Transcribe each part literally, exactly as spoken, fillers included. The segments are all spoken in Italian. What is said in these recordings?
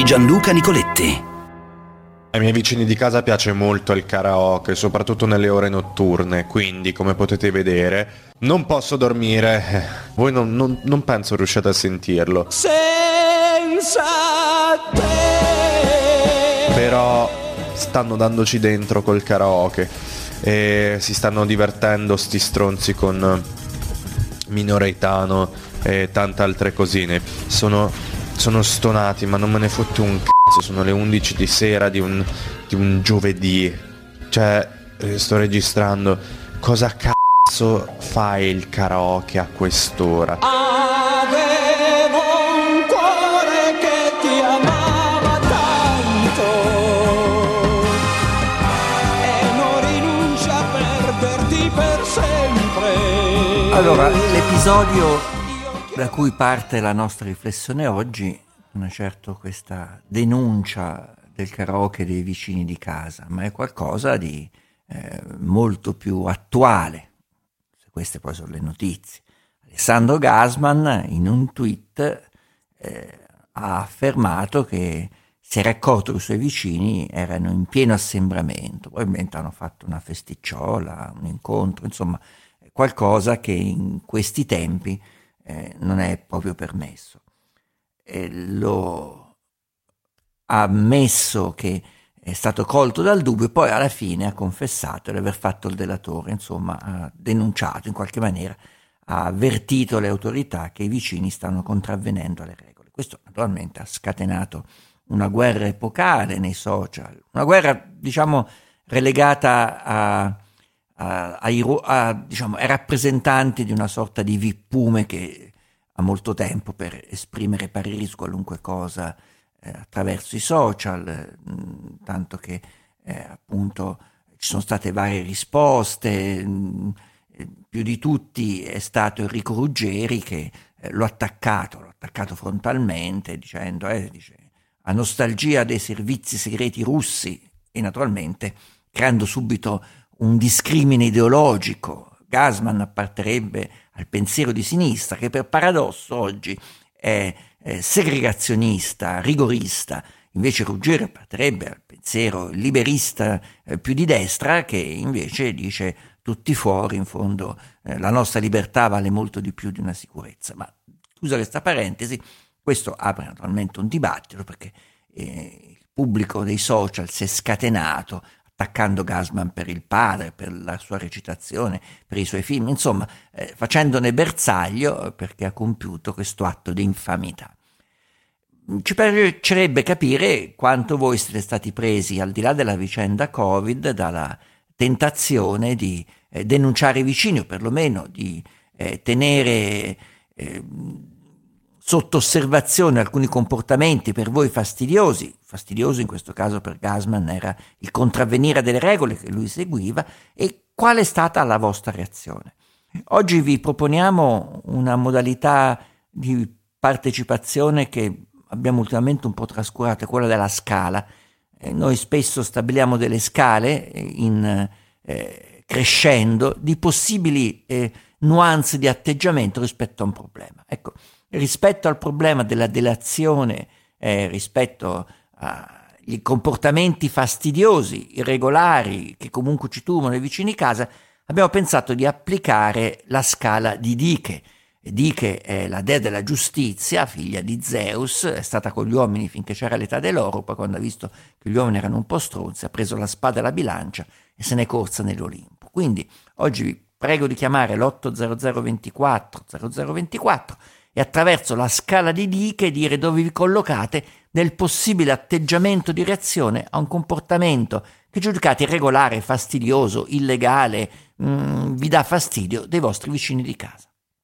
Gianluca Nicoletti. Ai miei vicini di casa piace molto il karaoke, soprattutto nelle ore notturne, quindi come potete vedere non posso dormire. Voi non, non, non penso riusciate a sentirlo. Senza te. Però stanno dandoci dentro col karaoke e si stanno divertendo sti stronzi con Minoretano e tante altre cosine. Sono, sono stonati, ma non me ne fotte un c***o. Sono le undici di sera di un, di un giovedì. Cioè, sto registrando. Cosa cazzo fai il karaoke a quest'ora? Avevo un cuore che ti amava tanto e non rinuncia a perderti per sempre. Allora, l'episodio da cui parte la nostra riflessione oggi non è certo questa denuncia del karaoke dei vicini di casa, ma è qualcosa di eh, molto più attuale. Queste poi sono le notizie. Alessandro Gasman in un tweet eh, ha affermato che si era accorto che i suoi vicini erano in pieno assembramento, probabilmente hanno fatto una festicciola, un incontro, insomma qualcosa che in questi tempi eh, non è proprio permesso. E lo ha ammesso che è stato colto dal dubbio e poi alla fine ha confessato di aver fatto il delatore, insomma ha denunciato in qualche maniera, ha avvertito le autorità che i vicini stanno contravvenendo alle regole. Questo naturalmente ha scatenato una guerra epocale nei social, una guerra diciamo relegata a, a, a, a diciamo, ai rappresentanti di una sorta di vippume che ha molto tempo per esprimere pareri su qualunque cosa eh, attraverso i social, eh, tanto che eh, appunto ci sono state varie risposte, mh, più di tutti è stato Enrico Ruggeri che eh, l'ho attaccato, l'ho attaccato frontalmente dicendo, eh, dice, a nostalgia dei servizi segreti russi e naturalmente creando subito un discrimine ideologico. Gasman apparterebbe al pensiero di sinistra che per paradosso oggi è eh, segregazionista, rigorista, invece Ruggeri apparterebbe al pensiero liberista eh, più di destra che invece dice tutti fuori, in fondo eh, la nostra libertà vale molto di più di una sicurezza. Ma chiusa questa parentesi, questo apre naturalmente un dibattito perché eh, il pubblico dei social si è scatenato attaccando Gasman per il padre, per la sua recitazione, per i suoi film, insomma, eh, facendone bersaglio perché ha compiuto questo atto di infamità. Ci piacerebbe capire quanto voi siete stati presi, al di là della vicenda Covid, dalla tentazione di eh, denunciare i vicini, o perlomeno di eh, tenere eh, sotto osservazione alcuni comportamenti per voi fastidiosi. Fastidioso in questo caso per Gasman era il contravvenire delle regole che lui seguiva. E qual è stata la vostra reazione? Oggi vi proponiamo una modalità di partecipazione che abbiamo ultimamente un po' trascurato, quella della scala. Eh, noi spesso stabiliamo delle scale in eh, crescendo di possibili eh, nuance di atteggiamento rispetto a un problema. Ecco, rispetto al problema della delazione, eh, rispetto agli comportamenti fastidiosi, irregolari, che comunque ci turbano i vicini di casa, abbiamo pensato di applicare la scala di Dike. Dike è la dea della giustizia, figlia di Zeus, è stata con gli uomini finché c'era l'età dell'oro, poi quando ha visto che gli uomini erano un po' stronzi ha preso la spada e la bilancia e se n'è corsa nell'Olimpo. Quindi oggi vi prego di chiamare l'otto zero zero ventiquattro zero zero ventiquattro e attraverso la scala di Dike dire dove vi collocate nel possibile atteggiamento di reazione a un comportamento che giudicate irregolare, fastidioso, illegale, mh, vi dà fastidio dei vostri vicini di casa.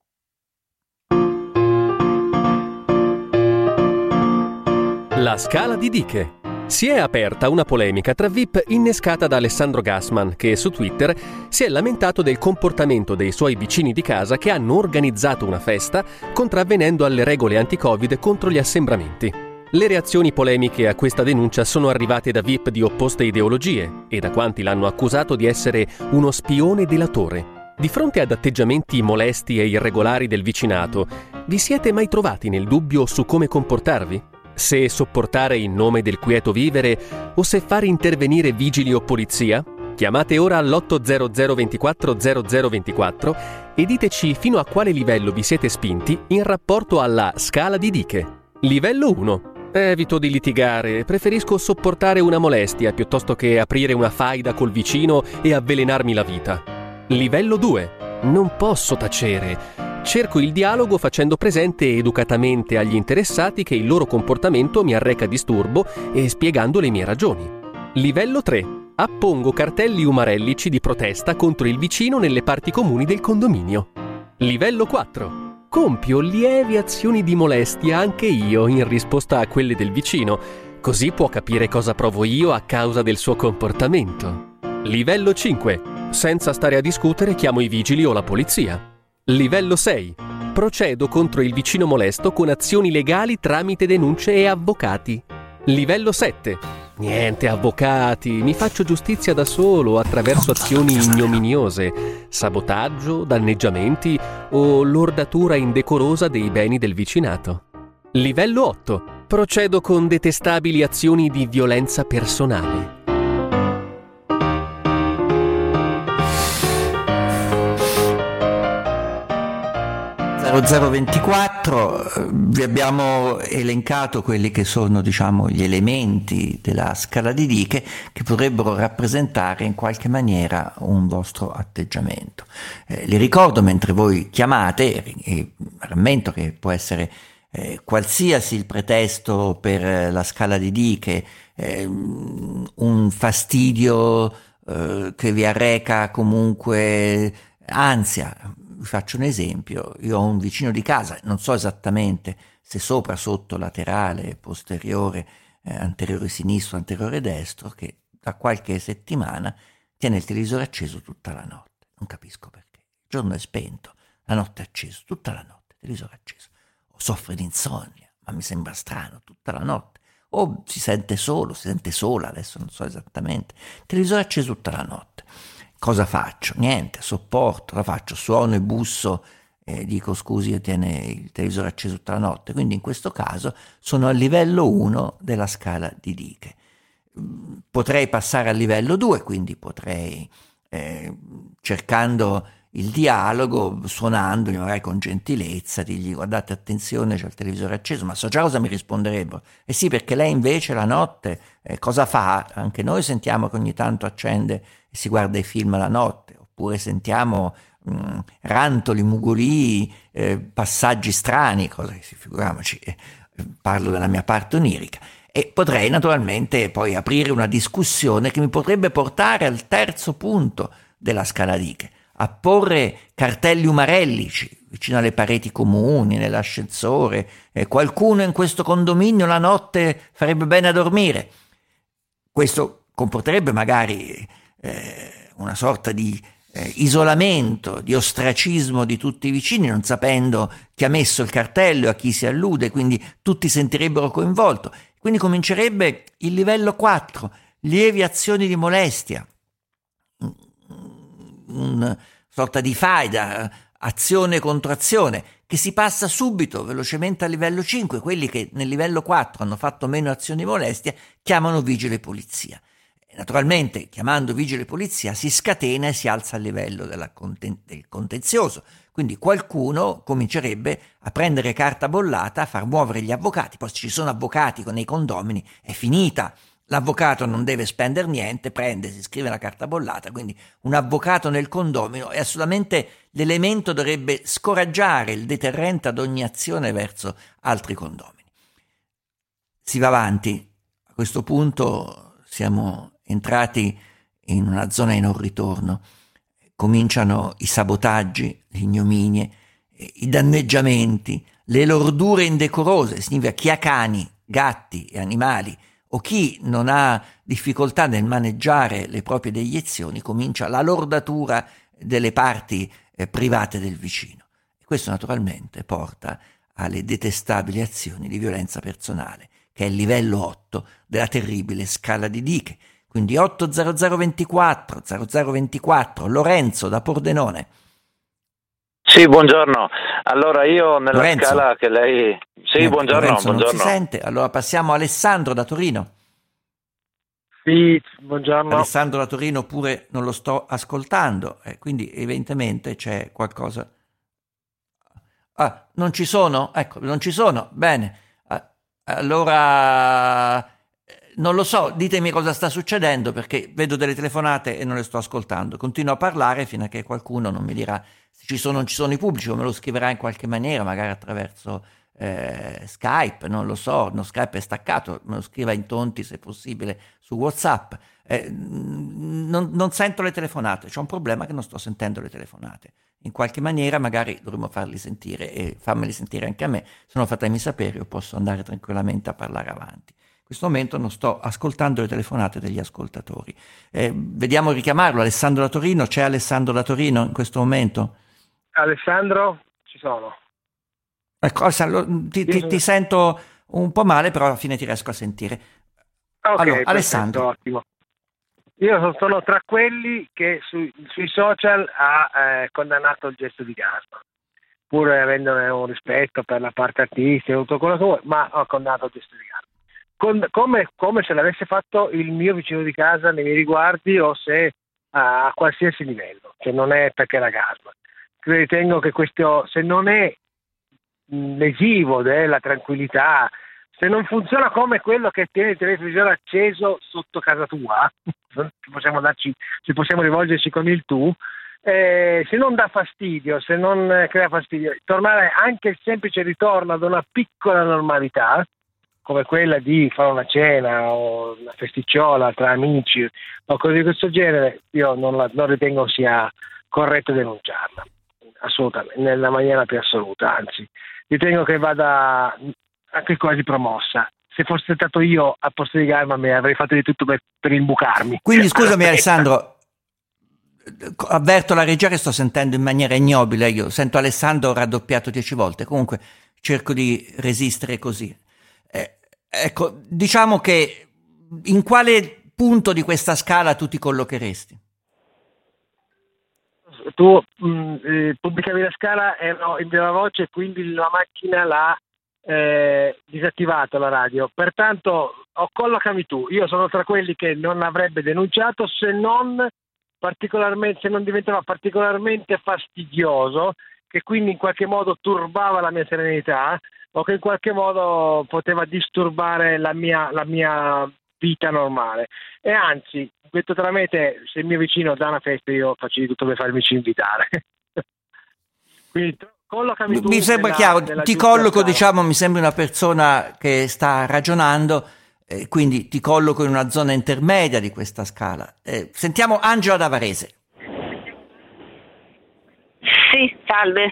La scala di Dike. Si è aperta una polemica tra V I P innescata da Alessandro Gasman, che su Twitter si è lamentato del comportamento dei suoi vicini di casa che hanno organizzato una festa contravvenendo alle regole anti-Covid contro gli assembramenti. Le reazioni polemiche a questa denuncia sono arrivate da V I P di opposte ideologie e da quanti l'hanno accusato di essere uno spione delatore. Di fronte ad atteggiamenti molesti e irregolari del vicinato, vi siete mai trovati nel dubbio su come comportarvi? Se sopportare in nome del quieto vivere o se fare intervenire vigili o polizia? Chiamate ora all'otto zero zero ventiquattro zero zero ventiquattro e diteci fino a quale livello vi siete spinti in rapporto alla scala di Dicke. Livello uno. Evito di litigare, preferisco sopportare una molestia piuttosto che aprire una faida col vicino e avvelenarmi la vita. Livello due. Non posso tacere. Cerco il dialogo facendo presente educatamente agli interessati che il loro comportamento mi arreca disturbo e spiegando le mie ragioni. Livello tre. Appongo cartelli umarellici di protesta contro il vicino nelle parti comuni del condominio. Livello quattro. Compio lievi azioni di molestia anche io in risposta a quelle del vicino, così può capire cosa provo io a causa del suo comportamento. Livello cinque. Senza stare a discutere chiamo i vigili o la polizia. Livello sei. Procedo contro il vicino molesto con azioni legali tramite denunce e avvocati. Livello sette. Niente avvocati, mi faccio giustizia da solo attraverso azioni ignominiose, sabotaggio, danneggiamenti o lordatura indecorosa dei beni del vicinato. Livello otto. Procedo con detestabili azioni di violenza personale. zero zero ventiquattro, vi abbiamo elencato quelli che sono, diciamo, gli elementi della scala di Dicke che potrebbero rappresentare in qualche maniera un vostro atteggiamento. Eh, li ricordo mentre voi chiamate, e rammento che può essere eh, qualsiasi il pretesto per eh, la scala di Dicke, eh, un fastidio eh, che vi arreca comunque ansia. Vi faccio un esempio: io ho un vicino di casa, non so esattamente se sopra, sotto, laterale, posteriore, eh, anteriore sinistro, anteriore destro, che da qualche settimana tiene il televisore acceso tutta la notte. Non capisco perché. Il giorno è spento, la notte è acceso, tutta la notte, televisore acceso. O soffre di insonnia, ma mi sembra strano, tutta la notte. O si sente solo, si sente sola, adesso non so esattamente. Televisore acceso tutta la notte. Cosa faccio? Niente, sopporto, la faccio, suono e busso e dico scusi, tiene il televisore acceso tutta la notte. Quindi in questo caso sono al livello uno della scala di Dicke. Potrei passare al livello due, quindi potrei, eh, cercando il dialogo, suonandogli magari con gentilezza, dirgli guardate attenzione, c'è il televisore acceso, ma so già cosa mi risponderebbero. Eh sì, perché lei invece la notte eh, cosa fa? Anche noi sentiamo che ogni tanto accende e si guarda i film la notte, oppure sentiamo mh, rantoli, mugolii, eh, passaggi strani, cosa che si figuriamoci, eh, parlo della mia parte onirica. E potrei naturalmente poi aprire una discussione che mi potrebbe portare al terzo punto della scala Dicke, a porre cartelli umarellici vicino alle pareti comuni, nell'ascensore. Eh, qualcuno in questo condominio la notte farebbe bene a dormire. Questo comporterebbe magari eh, una sorta di eh, isolamento, di ostracismo di tutti i vicini, non sapendo chi ha messo il cartello, a chi si allude, quindi tutti sentirebbero coinvolto. Quindi comincerebbe il livello quattro, lievi azioni di molestia, una sorta di faida, azione contro azione, che si passa subito, velocemente al livello cinque. Quelli che nel livello quattro hanno fatto meno azioni di molestia chiamano vigile e polizia. E naturalmente, chiamando vigile e polizia, si scatena e si alza il livello della conten- del contenzioso. Quindi qualcuno comincerebbe a prendere carta bollata, a far muovere gli avvocati. Poi se ci sono avvocati con nei condomini, è finita. L'avvocato non deve spendere niente, prende, si scrive la carta bollata, quindi un avvocato nel condomino è assolutamente l'elemento, dovrebbe scoraggiare il deterrente ad ogni azione verso altri condomini. Si va avanti, a questo punto siamo entrati in una zona di non ritorno, cominciano i sabotaggi, le ignominie, i danneggiamenti, le lordure indecorose, significa chi ha cani, gatti e animali, o chi non ha difficoltà nel maneggiare le proprie deiezioni, comincia la lordatura delle parti eh, private del vicino. E questo naturalmente porta alle detestabili azioni di violenza personale, che è il livello otto della terribile scala di Dicke. Quindi otto zero zero ventiquattro zero zero ventiquattro, Lorenzo da Pordenone. Sì, buongiorno. Allora io nella Lorenzo. scala che lei... Sì, Niente, buongiorno, Lorenzo non buongiorno. si sente, allora passiamo a Alessandro da Torino. Sì, buongiorno. Alessandro da Torino pure non lo sto ascoltando, eh, quindi evidentemente c'è qualcosa. Ah, non ci sono? Ecco, non ci sono. Bene. Ah, allora, eh, non lo so, ditemi cosa sta succedendo perché vedo delle telefonate e non le sto ascoltando. Continuo a parlare fino a che qualcuno non mi dirà se ci sono o non ci sono i pubblici o me lo scriverà in qualche maniera, magari attraverso eh, Skype, non lo so, no, Skype è staccato, me lo scriva in tonti se possibile su WhatsApp. Eh, non, non sento le telefonate, c'è un problema che non sto sentendo le telefonate. In qualche maniera magari dovremmo farli sentire e farmeli sentire anche a me. Se non fatemi sapere, io posso andare tranquillamente a parlare avanti. In questo momento non sto ascoltando le telefonate degli ascoltatori. Eh, vediamo di richiamarlo. Alessandro da Torino, c'è Alessandro da Torino in questo momento? Alessandro, ci sono. Ecco, Alessandro, ti, ti, ti sento un po' male, però alla fine ti riesco a sentire. Ok, allora, perfetto, Alessandro. Ottimo. Io sono tra quelli che sui, sui social ha eh, condannato il gesto di Gasman, pur avendone un rispetto per la parte artistica e tutto quello che vuoi, ma ho condannato il gesto di Gasman. Con, come, come se l'avesse fatto il mio vicino di casa nei miei riguardi o se a, a qualsiasi livello, che non è perché era Gasman. Ritengo che questo, se non è lesivo della tranquillità, se non funziona come quello che tiene il televisore acceso sotto casa tua, se possiamo, darci, se possiamo rivolgerci con il tu, eh, se non dà fastidio, se non crea fastidio, tornare anche il semplice ritorno ad una piccola normalità, come quella di fare una cena o una festicciola tra amici o cose di questo genere, io non, la, non ritengo sia corretto denunciarla, assolutamente, nella maniera più assoluta, anzi, ritengo che vada anche quasi promossa. Se fosse stato io a posto di Gasman mi avrei fatto di tutto per, per imbucarmi. Quindi scusami Alessandro, avverto la regia che sto sentendo in maniera ignobile, io sento Alessandro raddoppiato dieci volte, comunque cerco di resistere così. Eh, ecco, diciamo che in quale punto di questa scala tu ti collocheresti? Tu mh, eh, pubblicavi la scala, ero in viva voce, quindi la macchina l'ha eh, disattivato la radio, pertanto oh, collocami tu. Io sono tra quelli che non avrebbe denunciato se non particolarmente, se non diventava particolarmente fastidioso, che quindi in qualche modo turbava la mia serenità o che in qualche modo poteva disturbare la mia, la mia vita normale. E anzi, detto tra me te, se il mio vicino dà una festa io faccio di tutto per farmici invitare. Quindi collocami tu mi sembra nella, chiaro, nella ti giusta colloco, scala. diciamo, mi sembra una persona che sta ragionando, eh, quindi ti colloco in una zona intermedia di questa scala. Eh, sentiamo Angela da Varese. Sì, salve.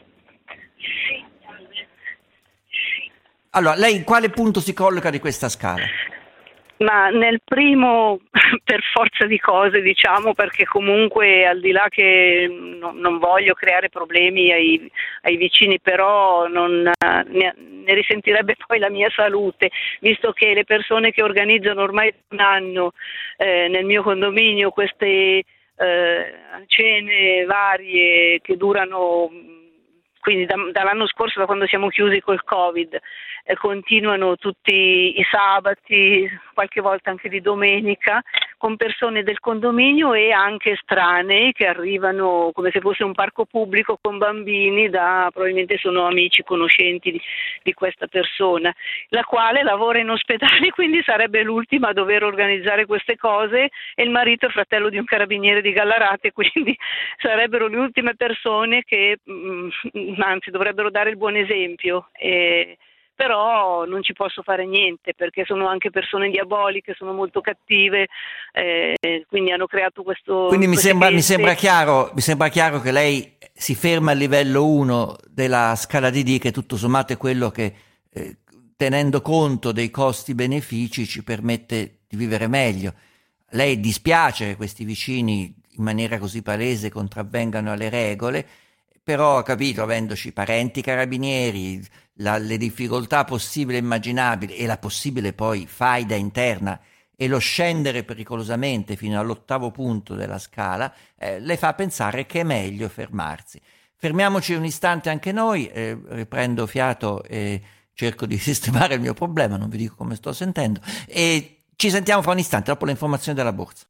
Allora, lei in quale punto si colloca di questa scala? Ma nel primo, per forza di cose, diciamo, perché comunque al di là che no, non voglio creare problemi ai, ai vicini, però non, ne, ne risentirebbe poi la mia salute, visto che le persone che organizzano ormai da un anno eh, nel mio condominio queste eh, cene varie che durano, quindi da, dall'anno scorso, da quando siamo chiusi col Covid, eh, continuano tutti i sabati, qualche volta anche di domenica, con persone del condominio e anche estranei che arrivano come se fosse un parco pubblico con bambini, da probabilmente sono amici, conoscenti di, di questa persona, la quale lavora in ospedale, quindi sarebbe l'ultima a dover organizzare queste cose, e il marito è fratello di un carabiniere di Gallarate, quindi sarebbero le ultime persone che mh, anzi dovrebbero dare il buon esempio. E, però non ci posso fare niente perché sono anche persone diaboliche, sono molto cattive, eh, quindi hanno creato questo. Quindi mi sembra, mi, feste. sembra chiaro, mi sembra chiaro che lei si ferma al livello uno della scala di D, che tutto sommato è quello che, eh, tenendo conto dei costi-benefici, ci permette di vivere meglio. Lei dispiace che questi vicini in maniera così palese contravvengano alle regole, però ha capito, avendoci parenti carabinieri, la, le difficoltà possibili e immaginabili e la possibile poi faida interna e lo scendere pericolosamente fino all'ottavo punto della scala, eh, le fa pensare che è meglio fermarsi. Fermiamoci un istante anche noi, eh, riprendo fiato e cerco di sistemare il mio problema, non vi dico come sto sentendo, e ci sentiamo fra un istante dopo le informazioni della borsa.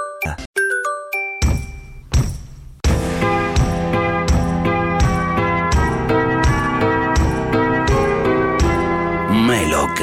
Melog.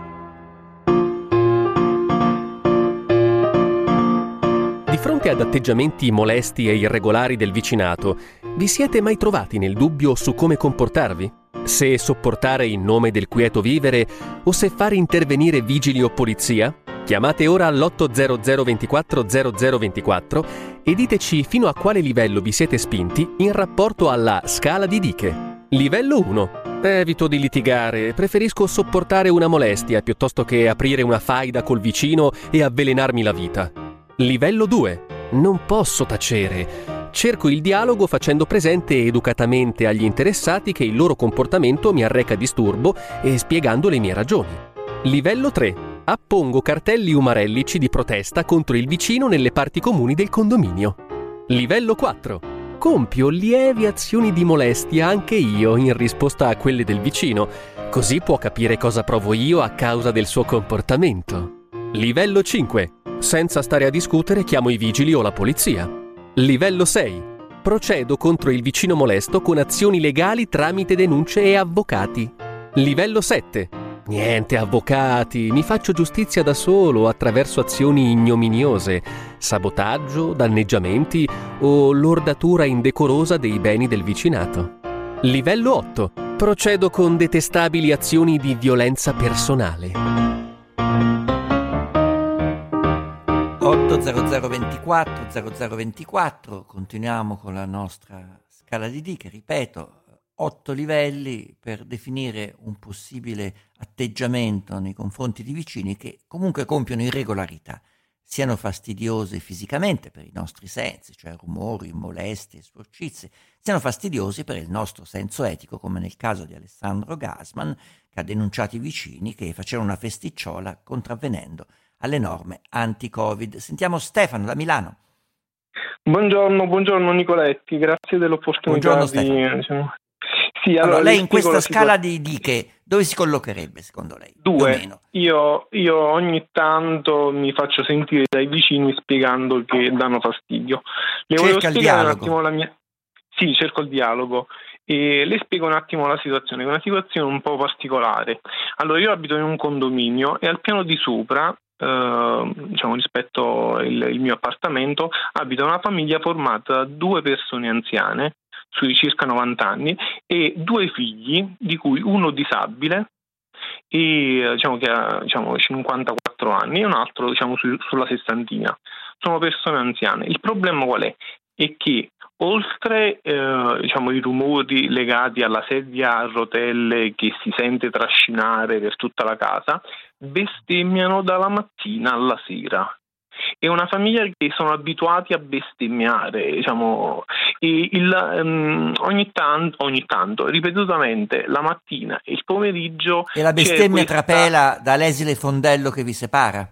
Di fronte ad atteggiamenti molesti e irregolari del vicinato, vi siete mai trovati nel dubbio su come comportarvi? Se sopportare in nome del quieto vivere o se fare intervenire vigili o polizia? Chiamate ora all'otto zero zero ventiquattro zero zero ventiquattro e diteci fino a quale livello vi siete spinti in rapporto alla scala di Dicke. Livello uno. Evito di litigare, preferisco sopportare una molestia piuttosto che aprire una faida col vicino e avvelenarmi la vita. Livello due. Non posso tacere. Cerco il dialogo facendo presente educatamente agli interessati che il loro comportamento mi arreca disturbo e spiegando le mie ragioni. Livello tre. Appongo cartelli umarellici di protesta contro il vicino nelle parti comuni del condominio. Livello quattro. Compio lievi azioni di molestia anche io in risposta a quelle del vicino, così può capire cosa provo io a causa del suo comportamento. Livello cinque. Senza stare a discutere chiamo i vigili o la polizia. Livello sei. Procedo contro il vicino molesto con azioni legali tramite denunce e avvocati. Livello sette. Niente avvocati, mi faccio giustizia da solo attraverso azioni ignominiose, sabotaggio, danneggiamenti o lordatura indecorosa dei beni del vicinato. Livello otto. Procedo con detestabili azioni di violenza personale. otto zero zero ventiquattro zero zero ventiquattro, continuiamo con la nostra scala di Dicke, ripeto, otto livelli per definire un possibile atteggiamento nei confronti di vicini che comunque compiono irregolarità, siano fastidiose fisicamente per i nostri sensi, cioè rumori, molestie, sporcizie, siano fastidiosi per il nostro senso etico, come nel caso di Alessandro Gassman, che ha denunciato i vicini che facevano una festicciola contravvenendo alle norme anti-Covid. Sentiamo Stefano da Milano. Buongiorno, buongiorno Nicoletti, grazie dell'opportunità buongiorno, di... Diciamo... Sì, allora, allora lei in questa scala situazione. di Dicke dove si collocherebbe secondo lei? Due, io, io ogni tanto mi faccio sentire dai vicini spiegando che danno fastidio. Le Cerca volevo il spiegare un dialogo. attimo la mia... Sì, cerco il dialogo. E le spiego un attimo la situazione, che è una situazione un po' particolare. Allora, io abito in un condominio e al piano di sopra, eh, diciamo rispetto al il mio appartamento, abita una famiglia formata da due persone anziane, sui circa novanta anni, e due figli, di cui uno disabile, e diciamo che ha diciamo, cinquantaquattro anni, e un altro diciamo su, sulla sessantina. Sono persone anziane. Il problema qual è? È che oltre eh, diciamo, i rumori legati alla sedia a rotelle che si sente trascinare per tutta la casa, bestemmiano dalla mattina alla sera. È una famiglia che sono abituati a bestemmiare, diciamo, e il, um, ogni, tanto, ogni tanto, ripetutamente, la mattina e il pomeriggio... E la bestemmia questa... trapela dall'esile fondello che vi separa?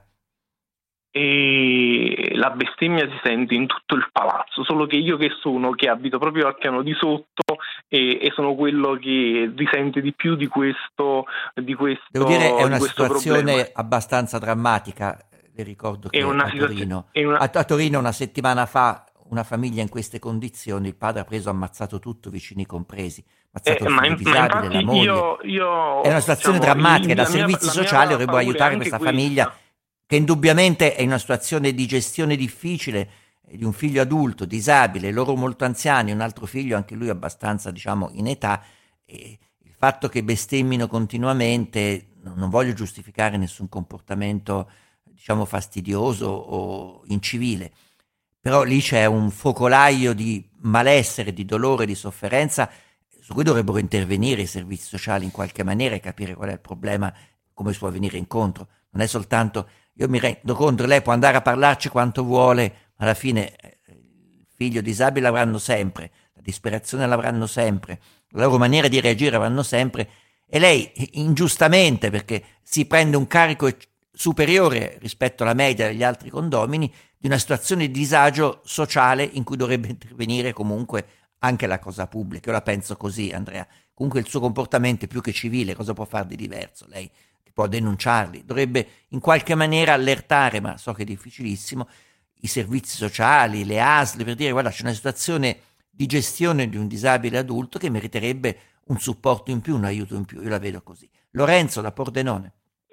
E la bestemmia si sente in tutto il palazzo, solo che io che sono, che abito proprio al piano di sotto e, e sono quello che risente di più di questo, di questo Devo dire è una di questo situazione problema. abbastanza drammatica. Le ricordo che una a, Torino, una... a, a Torino una settimana fa una famiglia in queste condizioni, il padre ha preso ammazzato tutto, vicini compresi, ammazzato eh, il ma, figlio disabile, la moglie. Io, io, è una situazione diciamo, drammatica, il, da mia, servizi la sociali mia dovrebbero aiutare questa questa. famiglia che indubbiamente è in una situazione di gestione difficile, di un figlio adulto, disabile, loro molto anziani, un altro figlio anche lui abbastanza diciamo in età, e il fatto che bestemmino continuamente, non voglio giustificare nessun comportamento diciamo fastidioso o incivile, però lì c'è un focolaio di malessere, di dolore, di sofferenza su cui dovrebbero intervenire i servizi sociali in qualche maniera e capire qual è il problema, come si può venire incontro. Non è soltanto, io mi rendo conto, lei può andare a parlarci quanto vuole, ma alla fine il figlio disabile l'avranno sempre, la disperazione l'avranno sempre, la loro maniera di reagire l'avranno sempre, e lei ingiustamente, perché si prende un carico superiore rispetto alla media degli altri condomini, di una situazione di disagio sociale in cui dovrebbe intervenire comunque anche la cosa pubblica. Io la penso così, Andrea. Comunque il suo comportamento è più che civile, cosa può fare di diverso? Lei può denunciarli, dovrebbe in qualche maniera allertare, ma so che è difficilissimo, i servizi sociali, le A S L, per dire guarda c'è una situazione di gestione di un disabile adulto che meriterebbe un supporto in più, un aiuto in più. Io la vedo così. Lorenzo da Pordenone.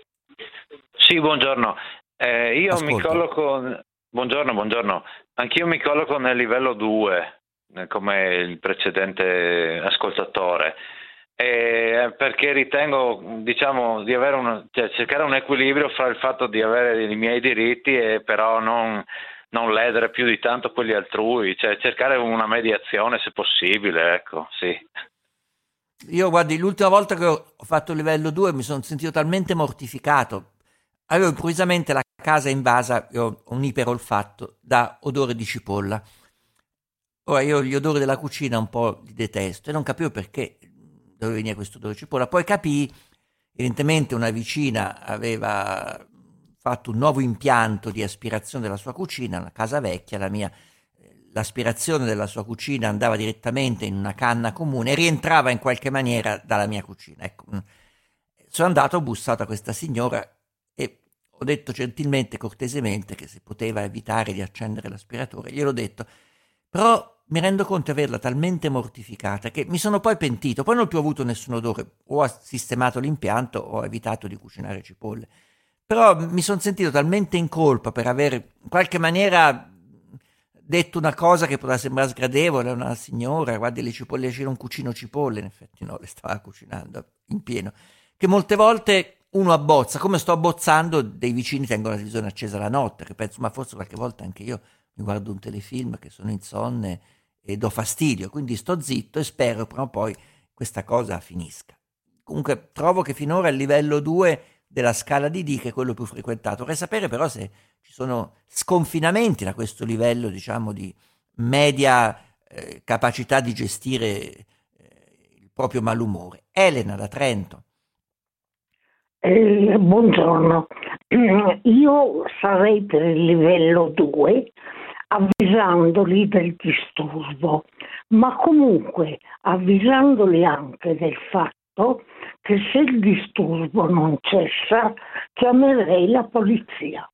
Sì, buongiorno. Eh, io Ascolta. mi colloco. Buongiorno, buongiorno. Anch'io mi colloco nel livello due, eh, come il precedente ascoltatore. Eh, perché ritengo, diciamo, di avere un, cioè, cercare un equilibrio fra il fatto di avere i miei diritti e però non, non ledere più di tanto quelli altrui, cioè cercare una mediazione se possibile, ecco, sì. Io guardi, l'ultima volta che ho fatto il livello due mi sono sentito talmente mortificato. Avevo improvvisamente la casa invasa, io ho un iperolfatto, da odore di cipolla. Ora io gli odori della cucina un po' li detesto e non capivo perché dove veniva questo odore di cipolla. Poi capii, evidentemente una vicina aveva fatto un nuovo impianto di aspirazione della sua cucina, una casa vecchia, la mia, l'aspirazione della sua cucina andava direttamente in una canna comune e rientrava in qualche maniera dalla mia cucina. Ecco, sono andato, ho bussato a questa signora e ho detto gentilmente, cortesemente, che se poteva evitare di accendere l'aspiratore. Gliel'ho detto, però mi rendo conto di averla talmente mortificata che mi sono poi pentito, poi non ho più avuto nessun odore, o ho sistemato l'impianto o ho evitato di cucinare cipolle, però mi sono sentito talmente in colpa per aver in qualche maniera detto una cosa che poteva sembrare sgradevole a una signora, guardi le cipolle, c'era un cucino cipolle, in effetti no, le stava cucinando in pieno, che molte volte uno abbozza, come sto abbozzando dei vicini tengono la televisione accesa la notte, che penso, ma forse qualche volta anche io mi guardo un telefilm che sono insonne e do fastidio, quindi sto zitto e spero però poi questa cosa finisca. Comunque trovo che finora il livello due della scala di D, che è quello più frequentato. Vorrei sapere però se ci sono sconfinamenti da questo livello, diciamo, di media eh, capacità di gestire eh, il proprio malumore. Elena da Trento. Eh, buongiorno, io sarei per il livello due avvisandoli del disturbo, ma comunque avvisandoli anche del fatto che se il disturbo non cessa chiamerei la polizia.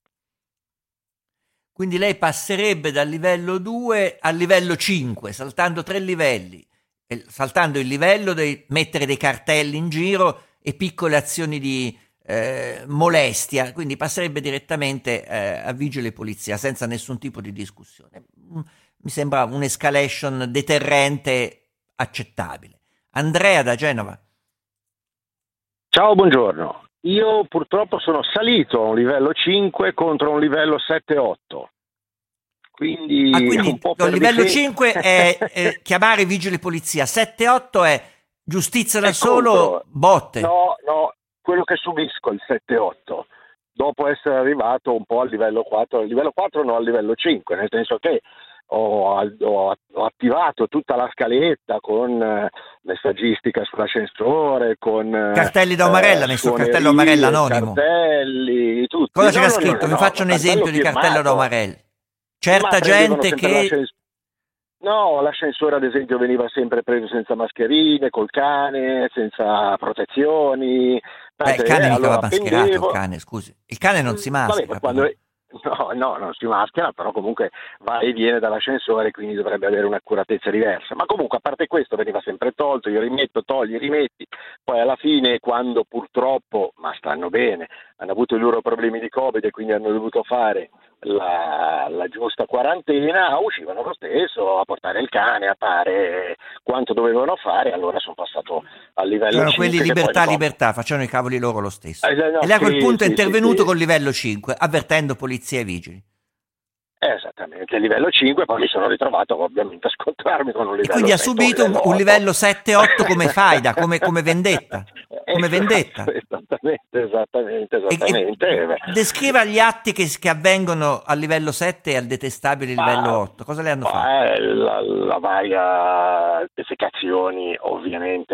Quindi lei passerebbe dal livello due al livello cinque, saltando tre livelli, saltando il livello di mettere dei cartelli in giro e piccole azioni di eh, molestia, quindi passerebbe direttamente eh, a vigile e polizia senza nessun tipo di discussione. Mi sembra un'escalation deterrente accettabile. Andrea da Genova. Ciao, buongiorno. Io purtroppo sono salito a un livello cinque contro un livello sette otto. Quindi, ah, quindi un po' il livello difesa... cinque è, è chiamare vigile e polizia, sette otto è giustizia da È solo, contro. botte. No, no, quello che subisco il sette otto, dopo essere arrivato un po' al livello quattro, al livello quattro no, al livello cinque, nel senso che ho, ho, ho attivato tutta la scaletta con eh, messaggistica sull'ascensore, con cartelli da Omarella, eh, messo il cartello Omarella anonimo. Cartelli, tutti. Cosa c'era no, scritto? No, no, Mi faccio no, un esempio di cartello firmato. da Omarella. Certa Ma gente che... No, l'ascensore ad esempio veniva sempre preso senza mascherine, col cane, senza protezioni. Beh, il cane eh, mica allora va mascherato, pendevo... il cane, scusi. Il cane non si maschera. Vabbè, quando... No, no, non si maschera, però comunque va e viene dall'ascensore, quindi dovrebbe avere un'accuratezza diversa. Ma comunque, a parte questo, veniva sempre tolto, io rimetto, togli, rimetti. Poi alla fine, quando purtroppo, ma stanno bene, hanno avuto i loro problemi di Covid e quindi hanno dovuto fare la, la giusta quarantena, uscivano lo stesso a portare il cane, a fare quanto dovevano fare, allora sono passato al livello Erano cinque. quelli libertà, poi... libertà, facevano i cavoli loro lo stesso. Eh, no, e lei a quel sì, punto sì, è intervenuto sì, sì. col livello cinque, avvertendo polizia e vigili. Esattamente, livello cinque, poi mi sono ritrovato ovviamente a scontrarmi con un livello E quindi ha sette, subito un, un livello sette otto come faida, come, come vendetta. Come vendetta. Esattamente, esattamente, esattamente. E, e descriva gli atti che, che avvengono al livello sette e al detestabile livello ah, otto. Cosa le hanno ah, fatto? La, la varia defecazioni ovviamente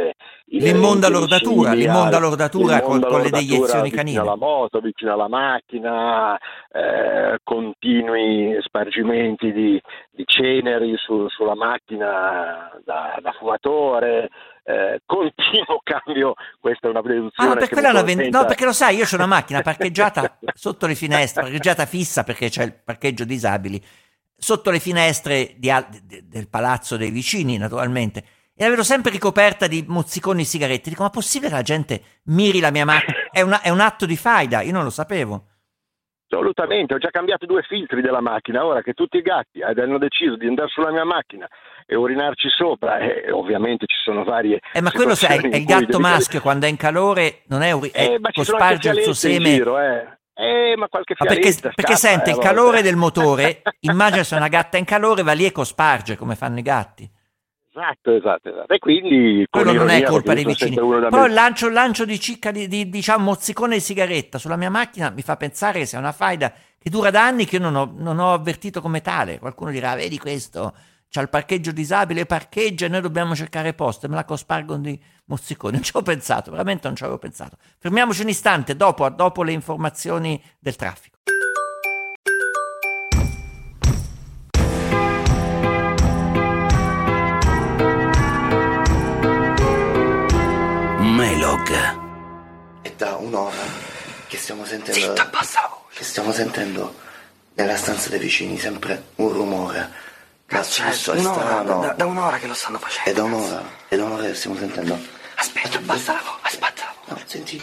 l'immonda lordatura, l'immonda lordatura con, con le lordatura deiezioni vicino canine. alla moto, vicino alla macchina, eh, continui spargimenti di, di ceneri su, sulla macchina da, da fumatore, eh, continuo cambio. Questa è una deduzione Ah, per che quella mi è una ven- consenta- no, perché lo sai, io c'ho una macchina parcheggiata sotto le finestre, parcheggiata fissa perché c'è il parcheggio disabili, sotto le finestre di al- de- del palazzo dei vicini, naturalmente, e la vedo sempre ricoperta di mozziconi e sigarette. Dico, ma possibile che la gente miri la mia macchina? È, una- è un atto di faida, io non lo sapevo. Assolutamente, ho già cambiato due filtri della macchina, ora che tutti i gatti hanno deciso di andare sulla mia macchina e urinarci sopra, e ovviamente ci sono varie Eh, ma quello sai, situazioni è il in cui gatto devi- maschio quando è in calore, non è, uri- è Eh, ma ci sono anche cosparge il suo fialette in seme. giro, eh. Eh, ma qualche Ma perché, fialetta perché scappa, sente eh, il a calore volte. del motore, immagina se una gatta in calore va lì e cosparge come fanno i gatti. Esatto, esatto, esatto. E quindi con Quello non è ironia, colpa perché dei sono vicini. sempre uno da Però me- il lancio, il lancio di cicca di, di diciamo mozzicone di sigaretta sulla mia macchina mi fa pensare che sia una faida che dura da anni che io non ho, non ho avvertito come tale. Qualcuno dirà, vedi questo, c'ha il parcheggio disabile, parcheggia e noi dobbiamo cercare posto e me la cospargono di mozziconi. Non ci ho pensato, veramente non ci avevo pensato. Fermiamoci un istante dopo, dopo le informazioni del traffico. Melog. È da un'ora che stiamo sentendo. Zitta, abbassa la voce. Che stiamo sentendo nella stanza dei vicini sempre un rumore. Cazzo, questo è un'ora, strano. da, da un'ora che lo stanno facendo. È da un'ora, è da un'ora che stiamo sentendo. Aspetta, abbassa la voce, aspetta la voce. No, senti.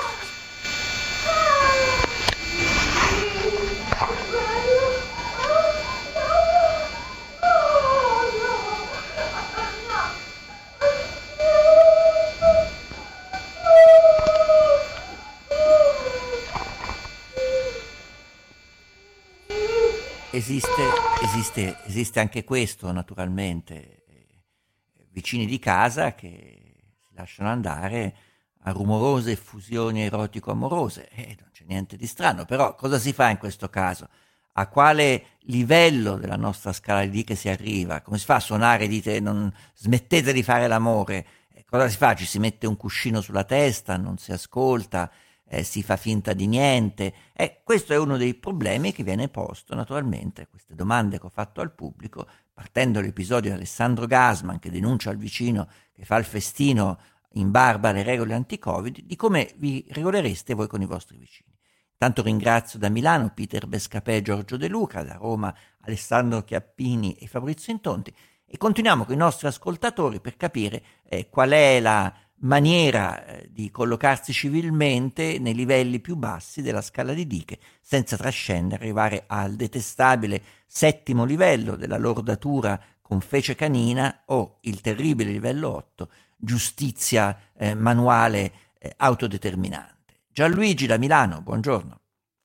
Esiste, esiste, esiste anche questo, naturalmente, eh, vicini di casa che si lasciano andare a rumorose effusioni erotico-amorose. Eh, non c'è niente di strano, però cosa si fa in questo caso? A quale livello della nostra scala di che si arriva? Come si fa a suonare? Dite, non smettete di fare l'amore. Eh, cosa si fa? Ci si mette un cuscino sulla testa, non si ascolta, eh, si fa finta di niente. Eh, questo è uno dei problemi che viene posto, naturalmente, queste domande che ho fatto al pubblico, partendo dall'episodio di Alessandro Gasman che denuncia il vicino che fa il festino in barba alle regole anti-Covid, di come vi regolereste voi con i vostri vicini. Tanto ringrazio da Milano Peter Bescapè e Giorgio De Luca, da Roma Alessandro Chiappini e Fabrizio Intonti, e continuiamo con i nostri ascoltatori per capire eh, qual è la maniera eh, di collocarsi civilmente nei livelli più bassi della scala di Dicke, senza trascendere, arrivare al detestabile settimo livello della lordatura con fece canina o il terribile livello otto, giustizia eh, manuale eh, autodeterminante. Gianluigi da Milano, buongiorno.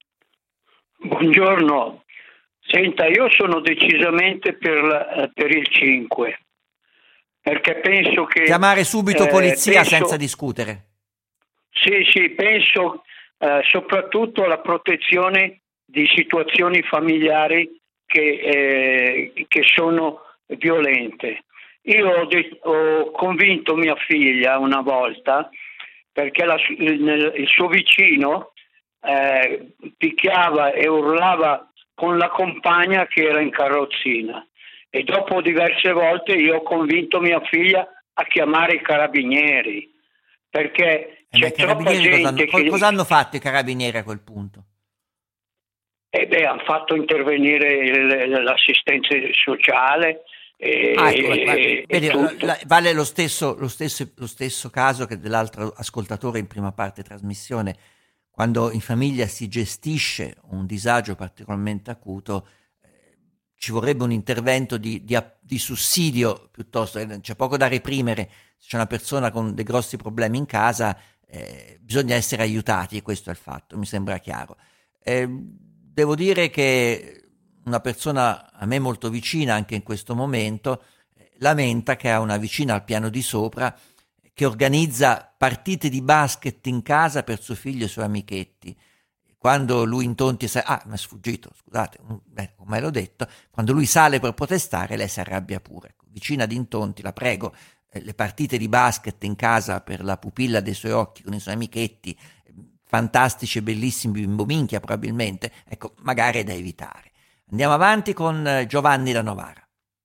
Buongiorno. Senta, io sono decisamente per, la, per il cinque, perché penso che... Chiamare subito eh, polizia penso, senza discutere. Sì, sì, penso eh, soprattutto alla protezione di situazioni familiari che, eh, che sono violente. Io ho, de- ho convinto mia figlia una volta, perché la, il, il suo vicino eh, picchiava e urlava con la compagna che era in carrozzina, e dopo diverse volte io ho convinto mia figlia a chiamare i carabinieri, perché Eh, ma c'è i troppa carabinieri cosa gente hanno, co- che... cosa hanno fatto i carabinieri a quel punto? Eh beh, hanno fatto intervenire il- l'assistenza sociale e, Ah, ecco, ma- e vedi, tutto. la- vale lo stesso, lo, stesso, lo stesso caso che dell'altro ascoltatore in prima parte trasmissione, quando in famiglia si gestisce un disagio particolarmente acuto, eh, ci vorrebbe un intervento di, di, di sussidio piuttosto, eh, c'è poco da reprimere. Se c'è una persona con dei grossi problemi in casa, eh, bisogna essere aiutati, e questo è il fatto, mi sembra chiaro. Eh, devo dire che una persona a me molto vicina anche in questo momento eh, lamenta che ha una vicina al piano di sopra che organizza partite di basket in casa per suo figlio e i suoi amichetti. quando lui intonti sa- ah mi è sfuggito, scusate, beh, come l'ho detto, quando lui sale per protestare lei si arrabbia pure. Ecco, vicina di intonti, la prego, eh, le partite di basket in casa per la pupilla dei suoi occhi con i suoi amichetti, eh, fantastici e bellissimi, bimbo minchia probabilmente, ecco, magari è da evitare. Andiamo avanti con eh, Giovanni da Novara.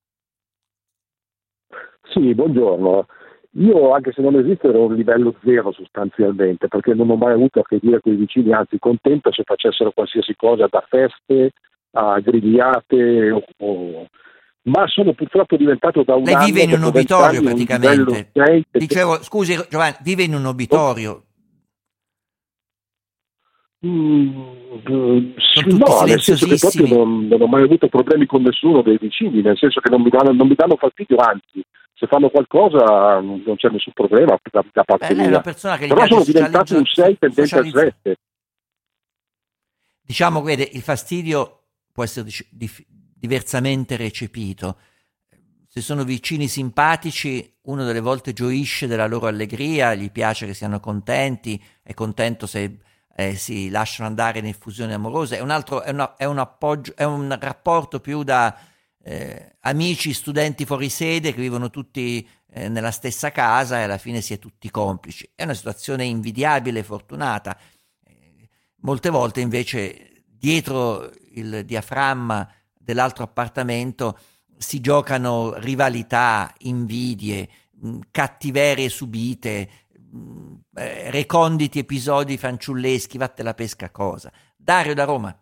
Sì, buongiorno. Io, anche se non esiste, ero a un livello zero sostanzialmente, perché non ho mai avuto a che dire con i vicini, anzi contento se facessero qualsiasi cosa, da feste a grigliate, o, o... ma sono purtroppo diventato da un Lei anno... vive in un dopo obitorio vent'anni, un praticamente. livello sei, Dicevo, scusi Giovanni, vive in un obitorio. Mm, Sono tutti no, nel senso che silenziosissimi. proprio non, non ho mai avuto problemi con nessuno dei vicini, nel senso che non mi danno, non mi danno fastidio, anzi, se fanno qualcosa non c'è nessun problema da, da parte Beh, lei è mia. una persona che gli Però piace sono diventato un sei tendente al socializza- sette. Diciamo, vede, il fastidio può essere dic- dif- diversamente recepito. Se sono vicini simpatici, uno delle volte gioisce della loro allegria, gli piace che siano contenti, è contento se eh, si lasciano andare in effusioni amorose. È un altro, è, una- è un appoggio, è un rapporto più da eh, amici, studenti fuori sede che vivono tutti eh, nella stessa casa e alla fine si è tutti complici. È una situazione invidiabile e fortunata. Eh, molte volte invece dietro il diaframma dell'altro appartamento si giocano rivalità, invidie, mh, cattiverie subite, mh, eh, reconditi episodi fanciulleschi, vatte la pesca cosa. Dario da Roma.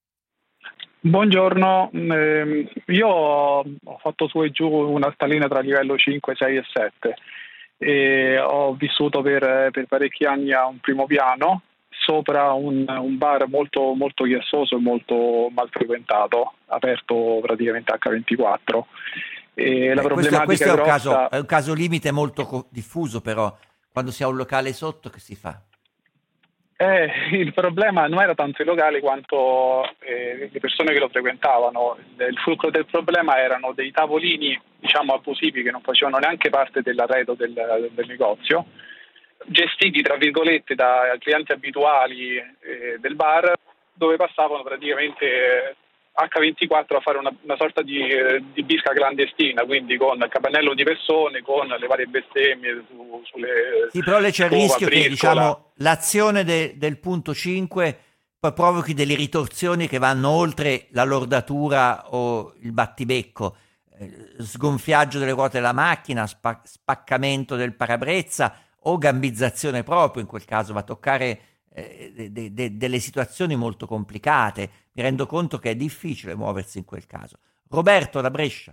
Buongiorno, ehm, io ho ho fatto su e giù una scalina tra livello cinque, sei e sette e ho vissuto per, per parecchi anni a un primo piano sopra un, un bar molto, molto chiassoso e molto mal frequentato, aperto praticamente acca ventiquattro. E la Eh, questo, problematica questo è, un grossa... caso, è un caso limite molto co- diffuso, però quando si ha un locale sotto che si fa? Eh, il problema non era tanto il locale quanto eh, le persone che lo frequentavano. Il, il fulcro del problema erano dei tavolini, diciamo, abusivi che non facevano neanche parte dell'arredo del, del negozio, gestiti tra virgolette da clienti abituali eh, del bar, dove passavano praticamente eh, acca ventiquattro a fare una, una sorta di, eh, di bisca clandestina, quindi con il capannello di persone, con le varie bestemmie su, sulle... Sì, però lì c'è il uova, rischio che, briscola. diciamo, l'azione de- del punto cinque poi provochi delle ritorsioni che vanno oltre la lordatura o il battibecco, eh, sgonfiaggio delle ruote della macchina, spa- spaccamento del parabrezza o gambizzazione proprio, in quel caso va a toccare eh, de- de- de- delle situazioni molto complicate. Mi rendo conto che è difficile muoversi in quel caso. Roberto da Brescia.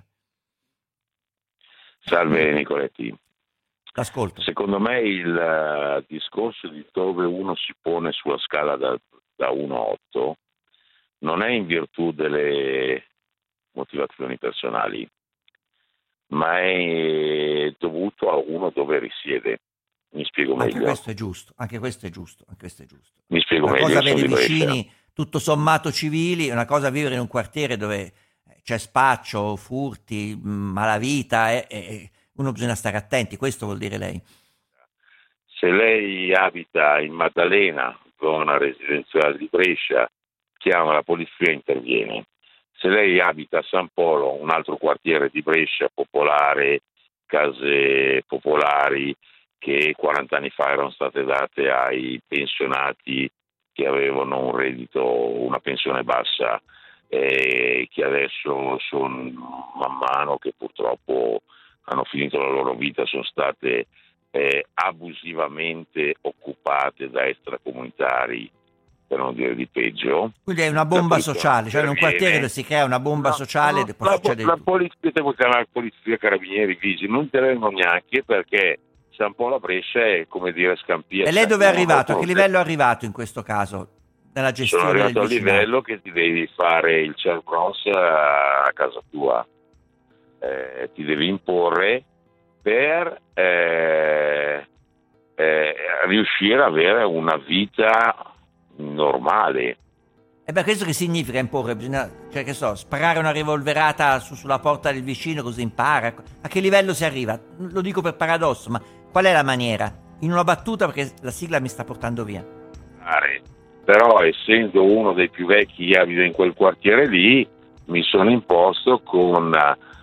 Salve Nicoletti. L'ascolto. Secondo me il uh, discorso di dove uno si pone sulla scala da, da uno a otto non è in virtù delle motivazioni personali, ma è dovuto a uno dove risiede. Mi spiego Anche meglio. questo è giusto, anche questo è giusto, anche questo è giusto. Mi spiego Una meglio. cosa io sono avere di Brescia. vicini tutto sommato civili, una cosa vivere in un quartiere dove c'è spaccio, furti, mh, malavita, e, e uno bisogna stare attenti, questo vuol dire lei. Se lei abita in Maddalena, zona residenziale di Brescia, chiama la polizia e interviene. Se lei abita a San Polo, un altro quartiere di Brescia, popolare, case popolari, che quaranta anni fa erano state date ai pensionati che avevano un reddito, una pensione bassa, e che adesso sono man mano che purtroppo hanno finito la loro vita, sono state eh, abusivamente occupate da extracomunitari, per non dire di peggio. Quindi è una bomba La polizia sociale, cioè in un interviene. quartiere dove si crea una bomba No, sociale no, può la, succedere la tutto. polizia, devo chiamare polizia, carabinieri, vigili, non intervengono neanche, perché San Polo a Brescia è, come dire, Scampia. E lei dove è arrivato? A che Sono livello è arrivato in questo caso? Nella gestione del arrivato al vicinato? livello che ti devi fare il Cervros a casa tua, eh, ti devi imporre per eh, eh, riuscire ad avere una vita normale. E beh, questo che significa imporre? Bisogna, cioè che so, sparare una rivolverata su- sulla porta del vicino così impara? A che livello si arriva? Lo dico per paradosso, ma qual è la maniera? In una battuta, perché la sigla mi sta portando via. però essendo uno dei più vecchi che abita in quel quartiere lì, mi sono imposto con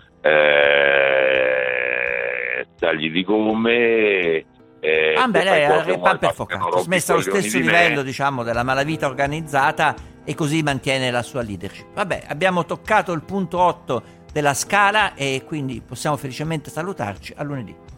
eh, tagli di gomme. Eh, ah, beh, lei cose è pan per che focato, non smessa allo rompi i stesso coglioni di me. livello, diciamo, della malavita organizzata, e così mantiene la sua leadership. Vabbè, abbiamo toccato il punto otto della scala e quindi possiamo felicemente salutarci. A lunedì.